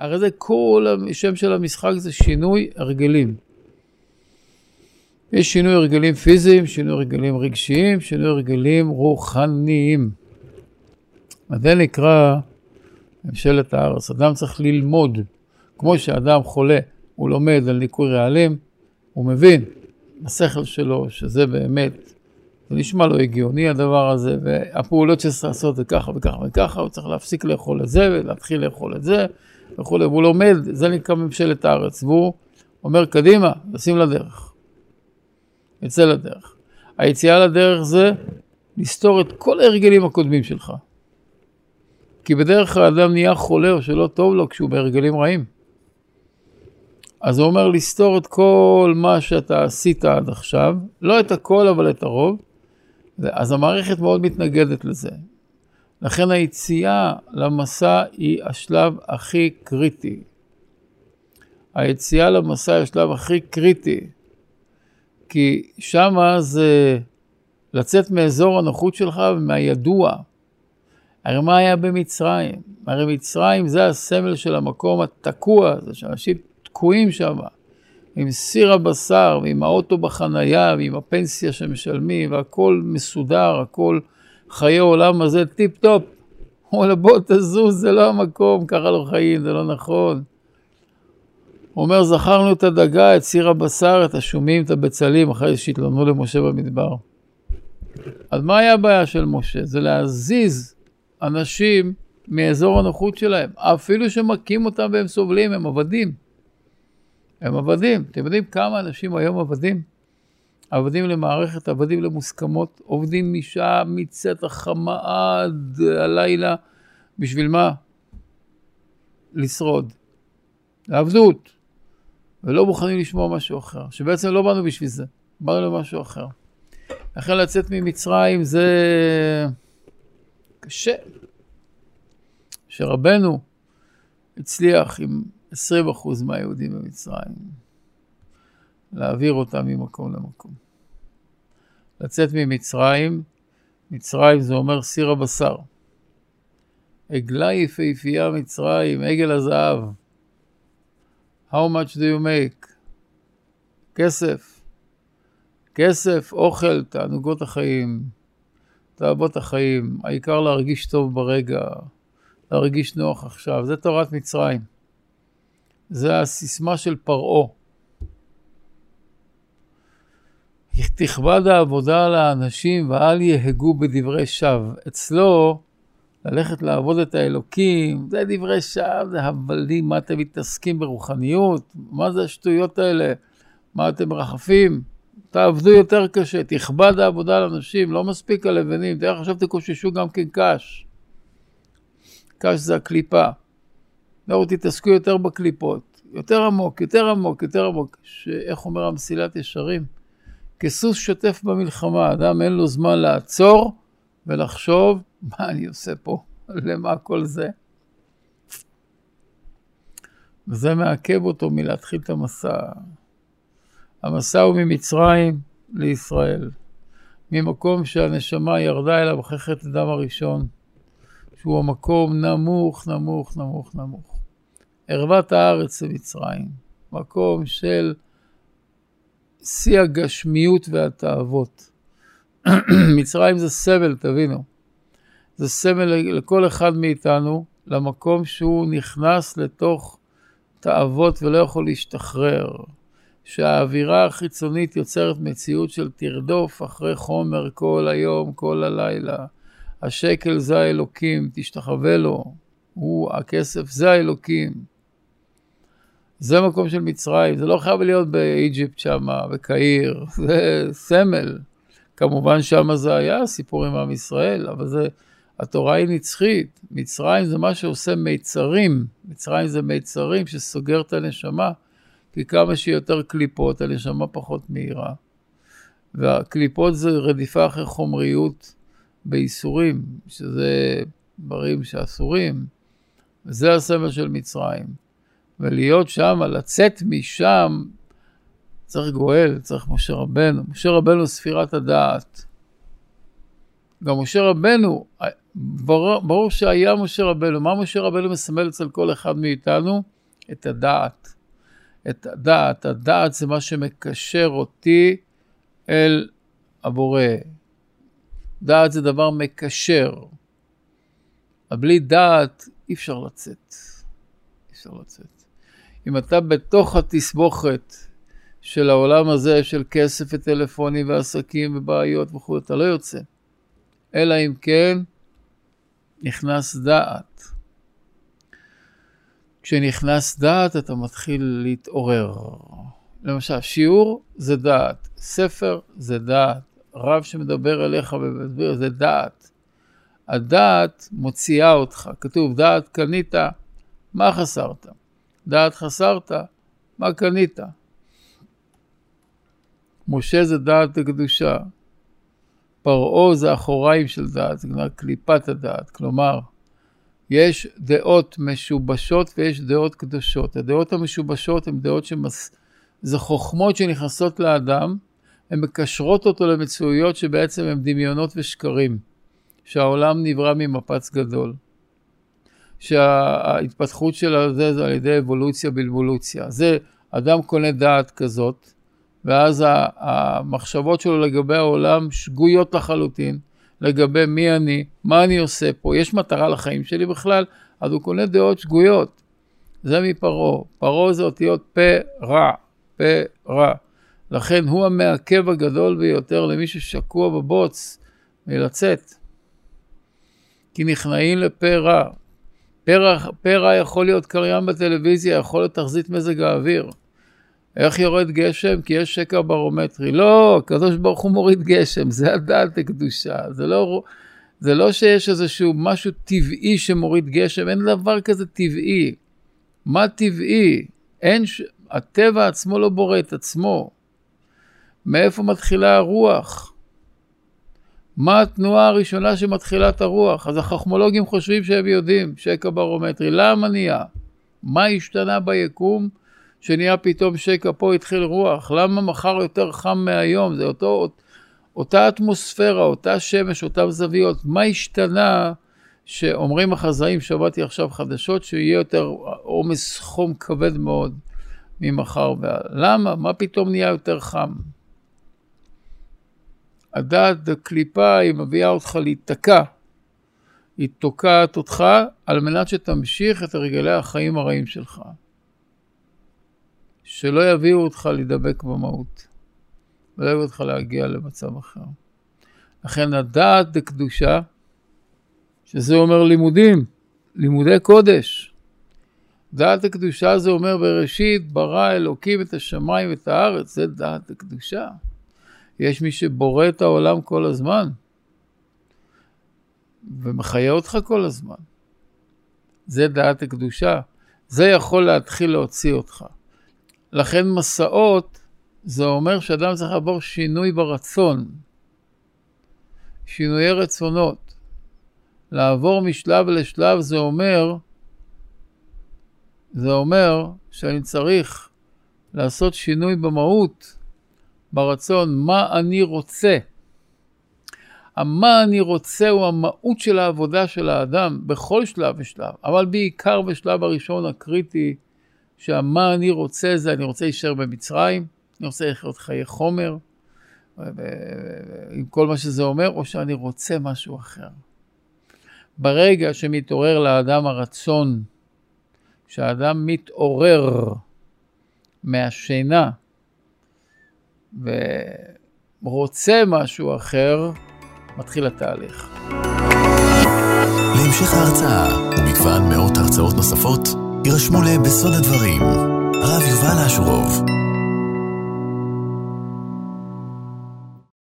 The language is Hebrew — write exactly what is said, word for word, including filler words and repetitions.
הרי זה כל השם של המשחק זה שינוי הרגלים. יש שינוי הרגלים פיזיים, שינוי הרגלים רגשיים, שינוי הרגלים רוחניים. זה נקרא ממשלת הארץ. אדם צריך ללמוד, כמו שאדם חולה, הוא לומד על ניקוי רעלים, הוא מבין בשכל שלו שזה באמת, זה נשמע לו הגיוני הדבר הזה, והפעולות שצריך לעשות זה ככה וככה וככה, הוא צריך להפסיק לאכול את זה ולהתחיל לאכול את זה וכו'. והוא לומד, זה נקרא ממשלת הארץ, והוא אומר קדימה, נשים לדרך. יצא לדרך. היציאה לדרך זה לסתור את כל ההרגלים הקודמים שלך. כי בדרך כלל האדם נהיה חולה או שלא טוב לו כשהוא בהרגלים רעים. אז הוא אומר לסתור את כל מה שאתה עשית עד עכשיו, לא את הכל אבל את הרוב, אז המערכת מאוד מתנגדת לזה. לכן היציאה למסע היא השלב הכי קריטי. היציאה למסע היא השלב הכי קריטי, כי שמה זה לצאת מאזור הנוחות שלך ומהידוע. הרי מה היה במצרים? הרי מצרים זה הסמל של המקום התקוע, זה שאנשים תקועים שם, עם סיר הבשר, ועם האוטו בחנייה, ועם הפנסיה שמשלמים, והכל מסודר, הכל חיי עולם הזה טיפ טופ. הוא אומר, בוא תזוז, זה לא המקום, ככה לא חיים, זה לא נכון. הוא אומר, זכרנו את הדגה, את סיר הבשר, את השומים, את הבצלים, אחרי שהתלונו למשה במדבר. אז מה היה הבעיה של משה? זה להזיז אנשים מאזור הנוחות שלהם, אפילו שמקים אותם והם סובלים, הם עבדים. הם עבדים. אתם יודעים כמה אנשים היום עבדים? עבדים למערכת, עבדים למוסכמות, עובדים משעה מצאת החמה עד הלילה. בשביל מה? לשרוד. לעבדות. ולא מוכנים לשמוע משהו אחר. שבעצם לא באנו בשביל זה. באנו למשהו אחר. לכן לצאת ממצרים זה קשה. שרבנו הצליח עם עשרים אחוז מהיהודים במצרים, להעביר אותם ממקום למקום. לצאת ממצרים, מצרים זה אומר סיר הבשר. עגלה יפהפייה מצרים, עגל הזהב. How much do you make? כסף. כסף, אוכל, תענוגות החיים, תאוות החיים. העיקר להרגיש טוב ברגע, להרגיש נוח עכשיו. זה תורת מצרים. זה הסיסמה של פרעה. תכבד העבודה לאנשים ואל יהגו בדברי שווא. אצלו, ללכת לעבוד את האלוקים, זה דברי שווא, זה הבלים, מה אתם מתעסקים ברוחניות? מה זה השטויות האלה? מה אתם מרחפים? תעבדו יותר קשה, תכבד העבודה לאנשים, לא מספיק הלבנים, דרך עכשיו תקוששו גם כן קש. קש זה הקליפה. לא, תתעסקו יותר בקליפות, יותר עמוק, יותר עמוק, יותר עמוק, שאיך אומר המסילת ישרים? כסוס שוטף במלחמה, אדם אין לו זמן לעצור ולחשוב, מה אני עושה פה? למה כל זה? וזה מעכב אותו מלהתחיל את המסע. המסע הוא ממצרים לישראל, ממקום שהנשמה ירדה אליו אחרי חטא הדם הראשון, שהוא המקום נמוך, נמוך, נמוך, נמוך. ערוות הארץ במצרים, מקום של שיא הגשמיות והתאוות. מצרים זה סמל, תבינו. זה סמל לכל אחד מאיתנו, למקום שהוא נכנס לתוך תאוות ולא יכול להשתחרר. שהאווירה החיצונית יוצרת מציאות של תרדוף אחרי חומר כל היום, כל הלילה. השקל זה האלוקים, תשתחווה לו. הוא, הכסף זה האלוקים. זה מקום של מצרים, זה לא חייב להיות באיג'יפט שמה, בקהיר, זה סמל. כמובן שמה זה היה סיפור עם עם ישראל, אבל זה, התורה היא נצחית. מצרים זה מה שעושה מיצרים, מצרים זה מיצרים שסוגר את הנשמה, כי כמה שיותר קליפות, הנשמה פחות מהירה. והקליפות זה רדיפה אחרי חומריות באיסורים, שזה דברים שאסורים, וזה הסמל של מצרים. ולהיות שם, לצאת משם, צריך גואל, צריך משה רבנו. משה רבנו ספירת הדעת. גם משה רבנו, ברור, ברור שהיה משה רבנו. מה משה רבנו מסמל אצל כל אחד מאיתנו? את הדעת. את הדעת, הדעת זה מה שמקשר אותי אל הבורא. דעת זה דבר מקשר. בלי דעת אי אפשר לצאת. אי אפשר לצאת. אם אתה בתוך התסבוכת של העולם הזה, של כסף וטלפונים ועסקים ובעיות וכו', אתה לא יוצא. אלא אם כן נכנס דעת. כשנכנס דעת אתה מתחיל להתעורר. למשל, שיעור זה דעת, ספר זה דעת, רב שמדבר אליך ומסביר זה דעת. הדעת מוציאה אותך, כתוב דעת קנית, מה חסרת? דעת חסרת, מה קנית? משה זה דעת הקדושה, פרעה זה אחוריים של דעת, זה כלומר קליפת הדעת, כלומר, יש דעות משובשות ויש דעות קדושות. הדעות המשובשות הן דעות שמס... זה חוכמות שנכנסות לאדם, הן מקשרות אותו למצויות שבעצם הן דמיונות ושקרים, שהעולם נברא ממפץ גדול, שההתפתחות של זה זה על ידי אבולוציה בלבולוציה. זה אדם קונה דעת כזאת, ואז המחשבות שלו לגבי העולם שגויות לחלוטין, לגבי מי אני, מה אני עושה פה, יש מטרה לחיים שלי בכלל, אז הוא קונה דעות שגויות. זה מפרעה. פרעה זה אותיות פה רע, פה רע. לכן הוא המעכב הגדול ביותר למי ששקוע בבוץ מלצאת. כי נכנעים לפה רע. פה רע, פה רע יכול להיות קריין בטלוויזיה, יכול להיות תחזית מזג האוויר. איך יורד גשם? כי יש שקע ברומטרי. לא, הקדוש ברוך הוא מוריד גשם, זה הדעת הקדושה. זה לא, זה לא שיש איזשהו משהו טבעי שמוריד גשם, אין דבר כזה טבעי. מה טבעי? אין, הטבע עצמו לא בורא את עצמו. מאיפה מתחילה הרוח? מה התנועה הראשונה שמתחילה את הרוח? אז החכמולוגים חושבים שהם יודעים, שקע ברומטרי. למה נהיה? מה השתנה ביקום? שנהיה פתאום שקע פה התחיל רוח, למה מחר יותר חם מהיום? זה אותו, אותה אטמוספירה, אותה שמש, אותה זוויות. מה השתנה שאומרים החזאים, שמעתי עכשיו חדשות, שיהיה יותר עומס חום כבד מאוד ממחר? למה? מה פתאום נהיה יותר חם? הדעת הקליפה היא מביאה אותך להתקע. היא תוקעת אותך על מנת שתמשיך את הרגלי החיים הרעים שלך. שלא יביאו אותך להידבק במהות, ולא יביאו אותך להגיע למצב אחר. לכן הדעת דקדושה, שזה אומר לימודים, לימודי קודש. דעת הקדושה זה אומר בראשית ברא אלוקים את השמיים ואת הארץ, זה דעת הקדושה. יש מי שבורא את העולם כל הזמן, ומחיה אותך כל הזמן. זה דעת הקדושה. זה יכול להתחיל להוציא אותך. לכן מסעות, זה אומר שאדם צריך לעבור שינוי ברצון. שינויי רצונות. לעבור משלב לשלב זה אומר, זה אומר שאני צריך לעשות שינוי במהות, ברצון, מה אני רוצה. מה אני רוצה הוא המהות של העבודה של האדם, בכל שלב ושלב, אבל בעיקר בשלב הראשון הקריטי, שמה אני רוצה זה, אני רוצה להישאר במצרים, אני רוצה לחיות חיי חומר, עם כל מה שזה אומר, או שאני רוצה משהו אחר. ברגע שמתעורר לאדם הרצון, שהאדם מתעורר מהשינה, ורוצה משהו אחר, מתחיל התהליך. להמשך ההרצאה ומגוון מאות הרצאות נוספות, יירשמו לבסוד הדברים, הרב יובל אשורוב.